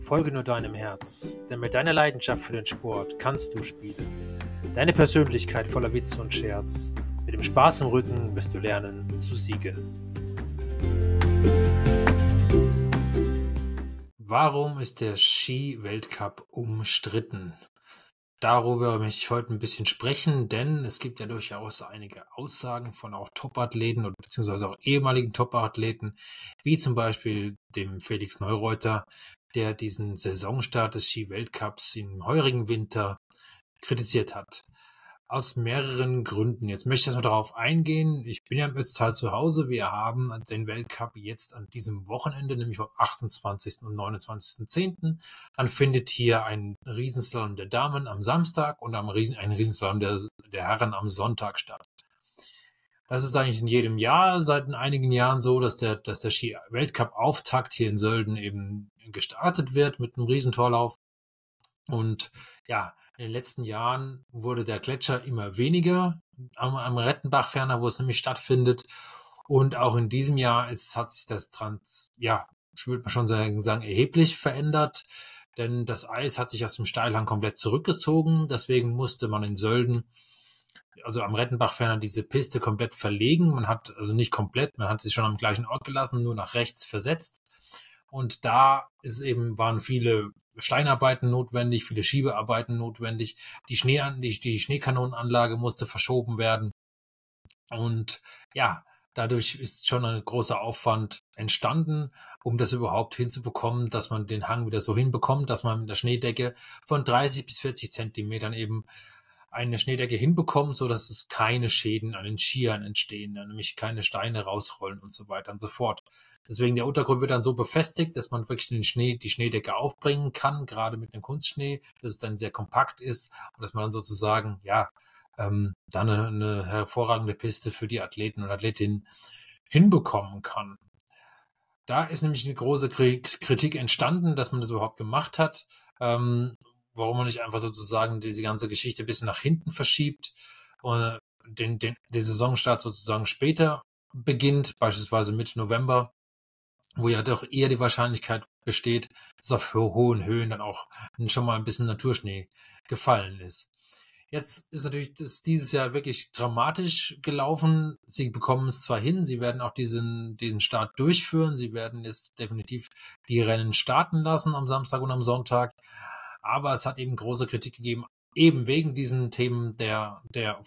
Folge nur deinem Herz, denn mit deiner Leidenschaft für den Sport kannst du spielen. Deine Persönlichkeit voller Witz und Scherz. Mit dem Spaß im Rücken wirst du lernen zu siegen. Warum ist der Ski-Weltcup umstritten? Darüber möchte ich heute ein bisschen sprechen, denn es gibt ja durchaus einige Aussagen von auch Topathleten oder beziehungsweise auch ehemaligen Topathleten, wie zum Beispiel dem Felix Neureuter, der diesen Saisonstart des Ski-Weltcups im heurigen Winter kritisiert hat. Aus mehreren Gründen. Jetzt möchte ich erstmal darauf eingehen. Ich bin ja im Ötztal zu Hause. Wir haben den Weltcup jetzt an diesem Wochenende, nämlich vom 28. und 29.10. Dann findet hier ein Riesenslalom der Damen am Samstag und ein Riesenslalom der Herren am Sonntag statt. Das ist eigentlich in jedem Jahr seit einigen Jahren so, dass der Ski-Weltcup-Auftakt hier in Sölden eben gestartet wird mit einem Riesentorlauf. Und ja, in den letzten Jahren wurde der Gletscher immer weniger am Rettenbach-Ferner, wo es nämlich stattfindet. Und auch in diesem Jahr hat sich das ich würde mal schon sagen, erheblich verändert. Denn das Eis hat sich aus dem Steilhang komplett zurückgezogen. Deswegen musste man in Sölden, also am Rettenbach-Ferner, diese Piste komplett verlegen. Man hat sie schon am gleichen Ort gelassen, nur nach rechts versetzt. Und da waren viele Steinarbeiten notwendig, viele Schiebearbeiten notwendig. Die Schneekanonenanlage musste verschoben werden. Und ja, dadurch ist schon ein großer Aufwand entstanden, um das überhaupt hinzubekommen, dass man den Hang wieder so hinbekommt, dass man mit der Schneedecke von 30 bis 40 Zentimetern eben eine Schneedecke hinbekommt, so dass es keine Schäden an den Skiern entstehen, nämlich keine Steine rausrollen und so weiter und so fort. Deswegen der Untergrund wird dann so befestigt, dass man wirklich die Schneedecke aufbringen kann, gerade mit einem Kunstschnee, dass es dann sehr kompakt ist und dass man dann sozusagen, dann eine hervorragende Piste für die Athleten und Athletinnen hinbekommen kann. Da ist nämlich eine große Kritik entstanden, dass man das überhaupt gemacht hat. Warum man nicht einfach sozusagen diese ganze Geschichte ein bisschen nach hinten verschiebt und den Saisonstart sozusagen später beginnt, beispielsweise Mitte November, wo ja doch eher die Wahrscheinlichkeit besteht, dass auf hohen Höhen dann auch schon mal ein bisschen Naturschnee gefallen ist. Jetzt ist natürlich dieses Jahr wirklich dramatisch gelaufen. Sie bekommen es zwar hin, sie werden auch diesen Start durchführen, sie werden jetzt definitiv die Rennen starten lassen am Samstag und am Sonntag, aber es hat eben große Kritik gegeben, eben wegen diesen Themen der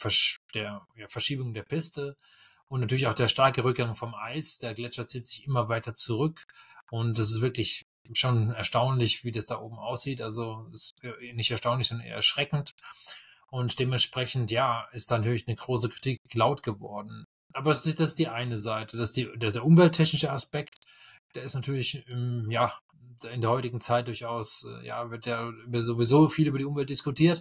Verschiebung der Piste und natürlich auch der starke Rückgang vom Eis. Der Gletscher zieht sich immer weiter zurück und es ist wirklich schon erstaunlich, wie das da oben aussieht. Also es ist nicht erstaunlich, sondern eher erschreckend. Und dementsprechend, ist dann natürlich eine große Kritik laut geworden. Aber das ist die eine Seite. Der umwelttechnische Aspekt, der ist natürlich, in der heutigen Zeit durchaus, wird ja sowieso viel über die Umwelt diskutiert.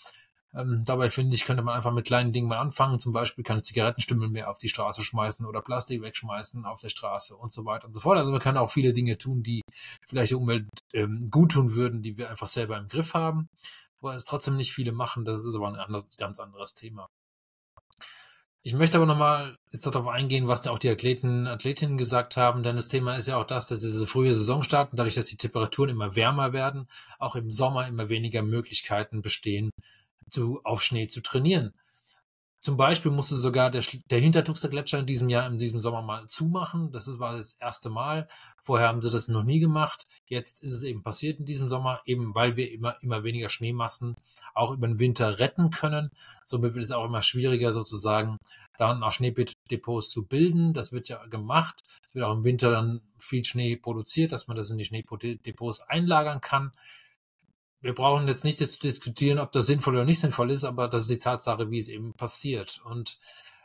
Dabei finde ich, könnte man einfach mit kleinen Dingen mal anfangen. Zum Beispiel keine Zigarettenstümmel mehr auf die Straße schmeißen oder Plastik wegschmeißen auf der Straße und so weiter und so fort. Also man kann auch viele Dinge tun, die vielleicht der Umwelt gut tun würden, die wir einfach selber im Griff haben. Aber es trotzdem nicht viele machen. Das ist aber ein ganz anderes Thema. Ich möchte aber nochmal jetzt darauf eingehen, was da auch die Athletinnen gesagt haben, denn das Thema ist ja auch dass diese frühe Saison starten, dadurch, dass die Temperaturen immer wärmer werden, auch im Sommer immer weniger Möglichkeiten bestehen, auf Schnee zu trainieren. Zum Beispiel musste sogar der Hintertuxer Gletscher in diesem Sommer mal zumachen. War das erste Mal. Vorher haben sie das noch nie gemacht. Jetzt ist es eben passiert in diesem Sommer, eben weil wir immer weniger Schneemassen auch über den Winter retten können. Somit wird es auch immer schwieriger sozusagen, dann auch Schneedepots zu bilden. Das wird ja gemacht. Es wird auch im Winter dann viel Schnee produziert, dass man das in die Schneedepots einlagern kann. Wir brauchen jetzt nicht zu diskutieren, ob das sinnvoll oder nicht sinnvoll ist, aber das ist die Tatsache, wie es eben passiert. Und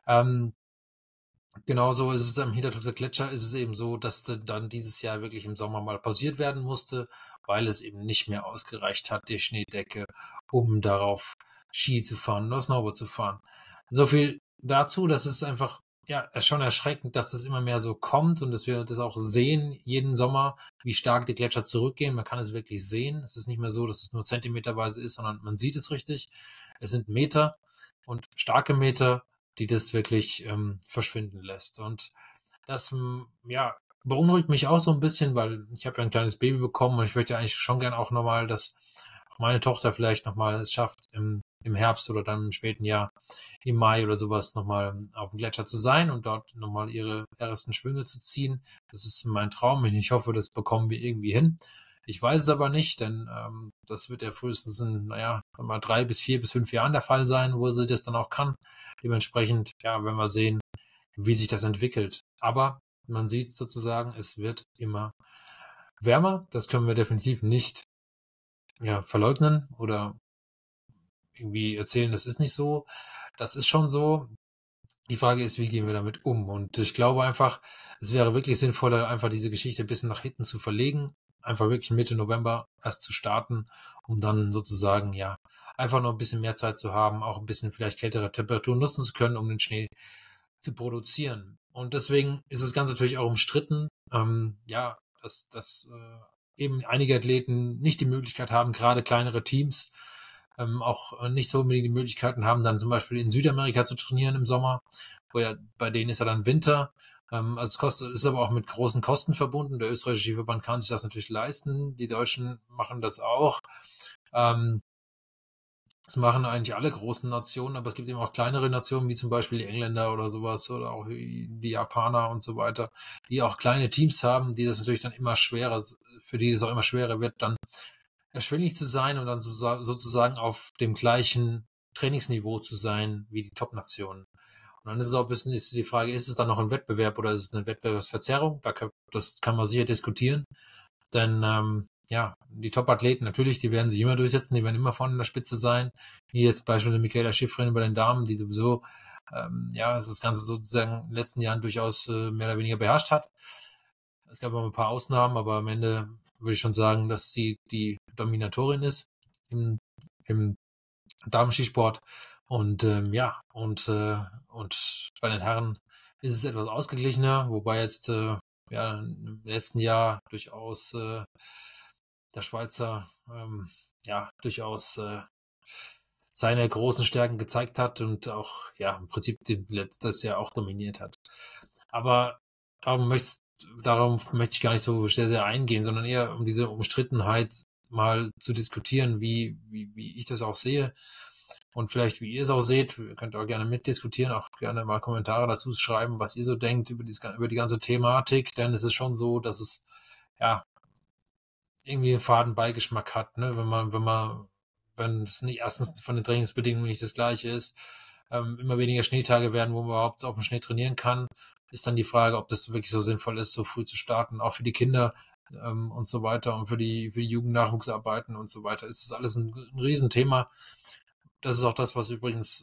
genauso ist es am Hintertuxer Gletscher, ist es eben so, dass dann dieses Jahr wirklich im Sommer mal pausiert werden musste, weil es eben nicht mehr ausgereicht hat, die Schneedecke, um darauf Ski zu fahren oder Snowboard zu fahren. So viel dazu, das ist einfach schon erschreckend, dass das immer mehr so kommt und dass wir das auch sehen jeden Sommer, wie stark die Gletscher zurückgehen. Man kann es wirklich sehen. Es ist nicht mehr so, dass es nur zentimeterweise ist, sondern man sieht es richtig. Es sind Meter und starke Meter, die das wirklich verschwinden lässt. Und das, beunruhigt mich auch so ein bisschen, weil ich habe ja ein kleines Baby bekommen und ich möchte eigentlich schon gern auch nochmal, dass auch meine Tochter vielleicht nochmal es schafft, im Herbst oder dann im späten Jahr, im Mai oder sowas, nochmal auf dem Gletscher zu sein und dort nochmal ihre ersten Schwünge zu ziehen. Das ist mein Traum und ich hoffe, das bekommen wir irgendwie hin. Ich weiß es aber nicht, denn das wird ja frühestens in, naja, mal 3 bis 4 bis 5 Jahren der Fall sein, wo sie das dann auch kann. Dementsprechend, ja, werden wir sehen, wie sich das entwickelt. Aber man sieht sozusagen, es wird immer wärmer. Das können wir definitiv nicht, ja, verleugnen oder irgendwie erzählen, das ist nicht so. Das ist schon so. Die Frage ist, wie gehen wir damit um? Und ich glaube einfach, es wäre wirklich sinnvoller, einfach diese Geschichte ein bisschen nach hinten zu verlegen. Einfach wirklich Mitte November erst zu starten, um dann sozusagen, ja, einfach noch ein bisschen mehr Zeit zu haben, auch ein bisschen vielleicht kältere Temperaturen nutzen zu können, um den Schnee zu produzieren. Und deswegen ist das Ganze natürlich auch umstritten, ja, dass eben einige Athleten nicht die Möglichkeit haben, gerade kleinere Teams, auch nicht so unbedingt die Möglichkeiten haben, dann zum Beispiel in Südamerika zu trainieren im Sommer, wo ja, bei denen ist ja dann Winter. Also es kostet, ist aber auch mit großen Kosten verbunden. Der österreichische Skiverband kann sich das natürlich leisten. Die Deutschen machen das auch. Ähm, Das machen eigentlich alle großen Nationen, aber es gibt eben auch kleinere Nationen, wie zum Beispiel die Engländer oder sowas oder auch die Japaner und so weiter, die auch kleine Teams haben, die das natürlich dann immer schwerer, für die es auch immer schwerer wird, dann erschwinglich zu sein und dann sozusagen auf dem gleichen Trainingsniveau zu sein wie die Top-Nationen. Und dann ist es auch ein bisschen die Frage, ist es dann noch ein Wettbewerb oder ist es eine Wettbewerbsverzerrung? Das kann man sicher diskutieren. Denn ja, die Top-Athleten natürlich, die werden sich immer durchsetzen, die werden immer vorne in der Spitze sein. Wie jetzt beispielsweise Michaela Schifrin bei den Damen, die sowieso ja, das Ganze sozusagen in den letzten Jahren durchaus mehr oder weniger beherrscht hat. Es gab auch ein paar Ausnahmen, aber am Ende würde ich schon sagen, dass sie die Dominatorin ist im, im Damenskisport. Und ja, und bei den Herren ist es etwas ausgeglichener, wobei jetzt ja, im letzten Jahr durchaus der Schweizer ja durchaus seine großen Stärken gezeigt hat und auch ja im Prinzip letztes Jahr auch dominiert hat. Aber darum darauf möchte ich gar nicht so sehr, sehr eingehen, sondern eher um diese Umstrittenheit mal zu diskutieren, wie ich das auch sehe und vielleicht wie ihr es auch seht. Ihr könnt auch gerne mitdiskutieren, auch gerne mal Kommentare dazu schreiben, was ihr so denkt über die ganze Thematik, denn es ist schon so, dass es ja irgendwie einen faden Beigeschmack hat, ne? Wenn es nicht erstens von den Trainingsbedingungen nicht das gleiche ist, immer weniger Schneetage werden, wo man überhaupt auf dem Schnee trainieren kann, ist dann die Frage, ob das wirklich so sinnvoll ist, so früh zu starten, auch für die Kinder und so weiter und für die Jugendnachwuchsarbeiten und so weiter. Ist das alles ein Riesenthema. Das ist auch das, was übrigens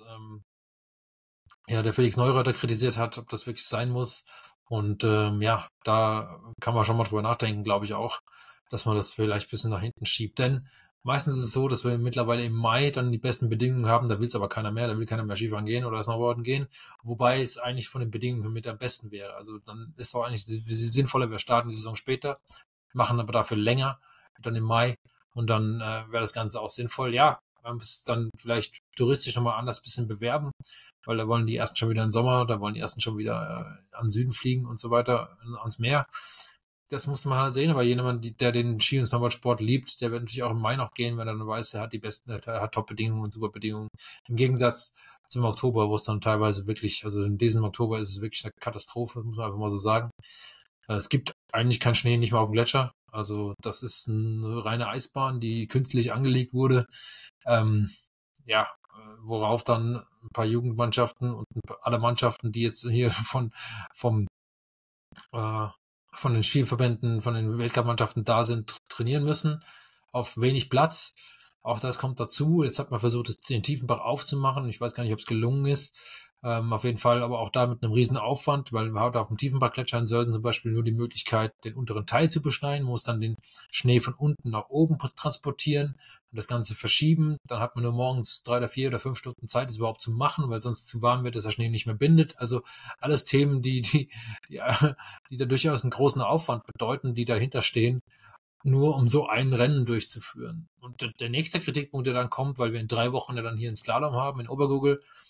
ja, der Felix Neureuter kritisiert hat, ob das wirklich sein muss. Und ja, da kann man schon mal drüber nachdenken, glaube ich auch, dass man das vielleicht ein bisschen nach hinten schiebt. Denn meistens ist es so, dass wir mittlerweile im Mai dann die besten Bedingungen haben, da will es aber keiner mehr, da will keiner mehr Skifahren gehen oder Snowboarden gehen, wobei es eigentlich von den Bedingungen mit am besten wäre. Also dann ist es auch eigentlich sinnvoller, wir starten die Saison später, machen aber dafür länger, dann im Mai und dann wäre das Ganze auch sinnvoll. Ja, man muss dann vielleicht touristisch nochmal anders ein bisschen bewerben, weil da wollen die ersten schon wieder im Sommer, da wollen die ersten schon wieder an Süden fliegen und so weiter, ans Meer. Das musste man halt sehen, aber jemand, der den Ski- und Snowboardsport liebt, der wird natürlich auch im Mai noch gehen, wenn er dann weiß, er hat die besten, er hat Top-Bedingungen und super Bedingungen. Im Gegensatz zum Oktober, wo es dann teilweise wirklich, also in diesem Oktober ist es wirklich eine Katastrophe, muss man einfach mal so sagen. Es gibt eigentlich keinen Schnee, nicht mal auf dem Gletscher. Also das ist eine reine Eisbahn, die künstlich angelegt wurde. Ähm, ja, worauf dann ein paar Jugendmannschaften und alle Mannschaften, die jetzt hier vom äh, von den Spielverbänden, von den Weltcup-Mannschaften da sind, trainieren müssen, auf wenig Platz. Auch das kommt dazu. Jetzt hat man versucht, den Tiefenbach aufzumachen. Ich weiß gar nicht, ob es gelungen ist. Auf jeden Fall, aber auch da mit einem riesen Aufwand, weil wir heute auf dem Tiefenbach-Gletscher in Sölden zum Beispiel nur die Möglichkeit, den unteren Teil zu beschneiden, muss dann den Schnee von unten nach oben transportieren und das Ganze verschieben. Dann hat man nur morgens 3 oder 4 oder 5 Stunden Zeit, das überhaupt zu machen, weil sonst zu warm wird, dass der Schnee nicht mehr bindet. Also alles Themen, ja, die da durchaus einen großen Aufwand bedeuten, die dahinter stehen, nur um so ein Rennen durchzuführen. Und der nächste Kritikpunkt, der dann kommt, weil wir in 3 Wochen ja dann hier einen Slalom haben in Obergurgl,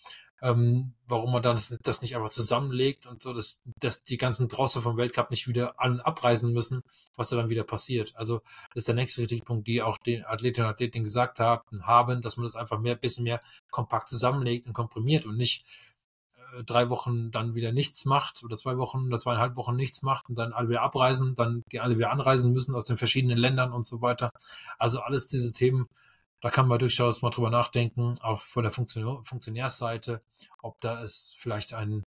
warum man dann das nicht einfach zusammenlegt und so, dass die ganzen Drosse vom Weltcup nicht wieder an- und abreisen müssen, was da dann wieder passiert. Also das ist der nächste Kritikpunkt, die auch den Athletinnen und Athleten gesagt haben, dass man das einfach bisschen mehr kompakt zusammenlegt und komprimiert und nicht 3 Wochen dann wieder nichts macht oder 2 Wochen oder 2,5 Wochen nichts macht und dann alle wieder abreisen, dann die alle wieder anreisen müssen aus den verschiedenen Ländern und so weiter. Also alles diese Themen, da kann man durchaus mal drüber nachdenken, auch von der Funktionärsseite, ob da es vielleicht ein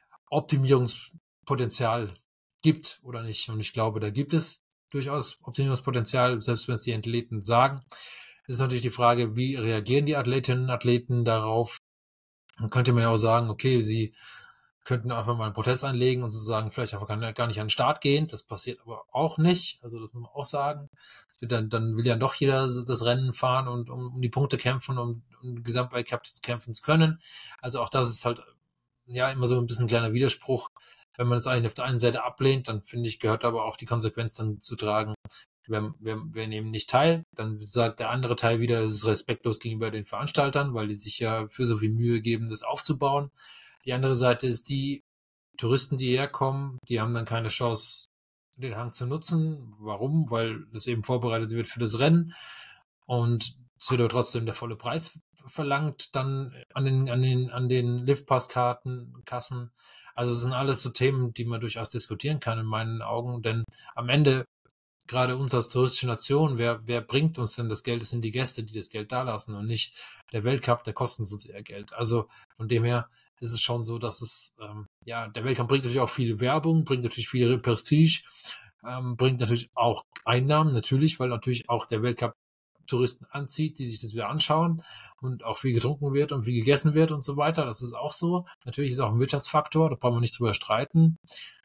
Optimierungspotenzial gibt oder nicht. Und ich glaube, da gibt es durchaus Optimierungspotenzial, selbst wenn es die Athleten sagen. Es ist natürlich die Frage, wie reagieren die Athletinnen und Athleten darauf? Dann könnte man ja auch sagen, okay, sie könnten einfach mal einen Protest einlegen und sozusagen vielleicht einfach gar nicht an den Start gehen. Das passiert aber auch nicht. Also das muss man auch sagen. Dann will ja doch jeder das Rennen fahren und um die Punkte kämpfen, um den Gesamtweltcup kämpfen zu können. Also auch das ist halt ja immer so ein bisschen ein kleiner Widerspruch. Wenn man das eigentlich auf der einen Seite ablehnt, dann finde ich, gehört aber auch die Konsequenz dann zu tragen. Wir nehmen nicht teil, dann sagt der andere Teil wieder, es ist respektlos gegenüber den Veranstaltern, weil die sich ja für so viel Mühe geben, das aufzubauen. Die andere Seite ist die Touristen, die herkommen, die haben dann keine Chance, den Hang zu nutzen. Warum? Weil es eben vorbereitet wird für das Rennen und es wird aber trotzdem der volle Preis verlangt dann an den Liftpass-Karten, Kassen. Also das sind alles so Themen, die man durchaus diskutieren kann in meinen Augen, denn am Ende gerade uns als touristische Nation, wer bringt uns denn das Geld? Das sind die Gäste, die das Geld dalassen und nicht der Weltcup, der kostet uns eher Geld. Also von dem her ist es schon so, dass es, der Weltcup bringt natürlich auch viel Werbung, bringt natürlich viel Prestige, bringt natürlich auch Einnahmen, natürlich, weil natürlich auch der Weltcup Touristen anzieht, die sich das wieder anschauen und auch viel getrunken wird und viel gegessen wird und so weiter. Das ist auch so. Natürlich ist auch ein Wirtschaftsfaktor, da brauchen wir nicht drüber streiten.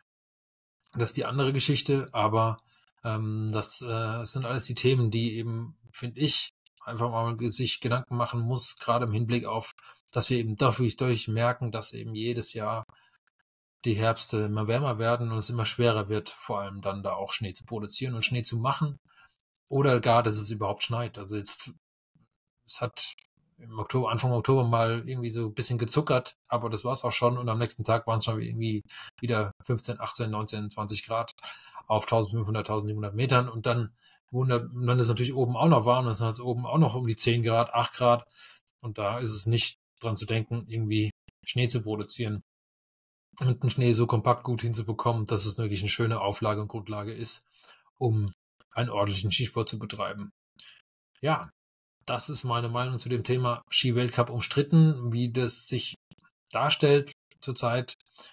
Das ist die andere Geschichte, aber das sind alles die Themen, die eben, finde ich, einfach mal sich Gedanken machen muss, gerade im Hinblick auf, dass wir eben durch merken, dass eben jedes Jahr die Herbste immer wärmer werden und es immer schwerer wird, vor allem dann da auch Schnee zu produzieren und Schnee zu machen oder gar, dass es überhaupt schneit. Also jetzt, es hat im Oktober, Anfang Oktober mal irgendwie so ein bisschen gezuckert, aber das war es auch schon und am nächsten Tag waren es schon irgendwie wieder 15, 18, 19, 20 Grad auf 1500, 1700 Metern und dann ist natürlich oben auch noch warm, dann ist es oben auch noch um die 10 Grad, 8 Grad und da ist es nicht dran zu denken, irgendwie Schnee zu produzieren und den Schnee so kompakt gut hinzubekommen, dass es wirklich eine schöne Auflage und Grundlage ist, um einen ordentlichen Skisport zu betreiben. Ja, das ist meine Meinung zu dem Thema Ski-Weltcup umstritten, wie das sich darstellt zurzeit.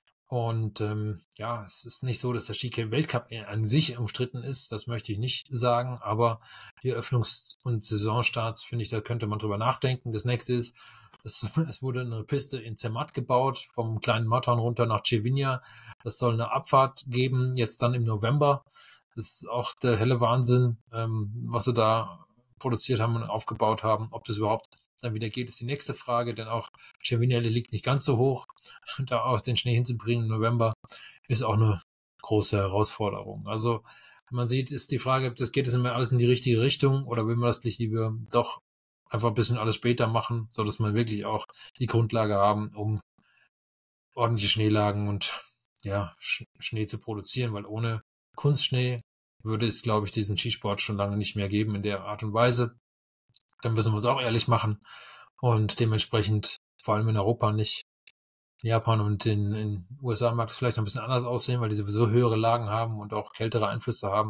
Und es ist nicht so, dass der Ski-Weltcup an sich umstritten ist, das möchte ich nicht sagen, aber die Eröffnungs- und Saisonstarts, finde ich, da könnte man drüber nachdenken. Das nächste ist, es wurde eine Piste in Zermatt gebaut, vom kleinen Matterhorn runter nach Cervinia. Das soll eine Abfahrt geben, jetzt dann im November. Das ist auch der helle Wahnsinn, was sie da produziert haben und aufgebaut haben. Ob das überhaupt dann wieder geht, ist die nächste Frage, denn auch Cervinia liegt nicht ganz so hoch. Und da auch den Schnee hinzubringen im November ist auch eine große Herausforderung. Also man sieht, ist die Frage, geht es immer alles in die richtige Richtung oder will man das nicht lieber doch einfach ein bisschen alles später machen, sodass man wirklich auch die Grundlage haben, um ordentliche Schneelagen und ja, Schnee zu produzieren, weil ohne Kunstschnee würde es, glaube ich, diesen Skisport schon lange nicht mehr geben in der Art und Weise. Dann müssen wir uns auch ehrlich machen und dementsprechend vor allem in Europa nicht. In Japan und in den USA mag es vielleicht noch ein bisschen anders aussehen, weil die sowieso höhere Lagen haben und auch kältere Einflüsse haben.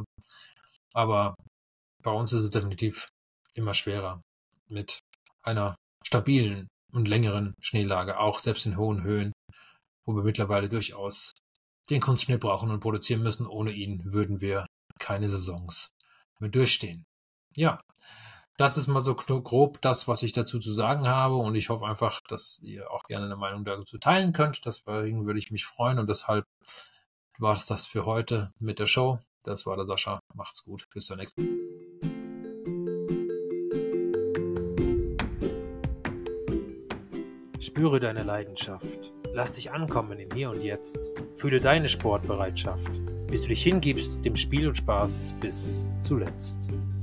Aber bei uns ist es definitiv immer schwerer mit einer stabilen und längeren Schneelage, auch selbst in hohen Höhen, wo wir mittlerweile durchaus den Kunstschnee brauchen und produzieren müssen. Ohne ihn würden wir keine Saisons mehr durchstehen. Ja, das ist mal so grob das, was ich dazu zu sagen habe und ich hoffe einfach, dass ihr auch gerne eine Meinung dazu teilen könnt. Deswegen würde ich mich freuen und deshalb war es das für heute mit der Show. Das war der Sascha. Macht's gut. Bis zur nächsten. Spüre deine Leidenschaft. Lass dich ankommen im Hier und Jetzt. Fühle deine Sportbereitschaft, bis du dich hingibst dem Spiel und Spaß bis zuletzt.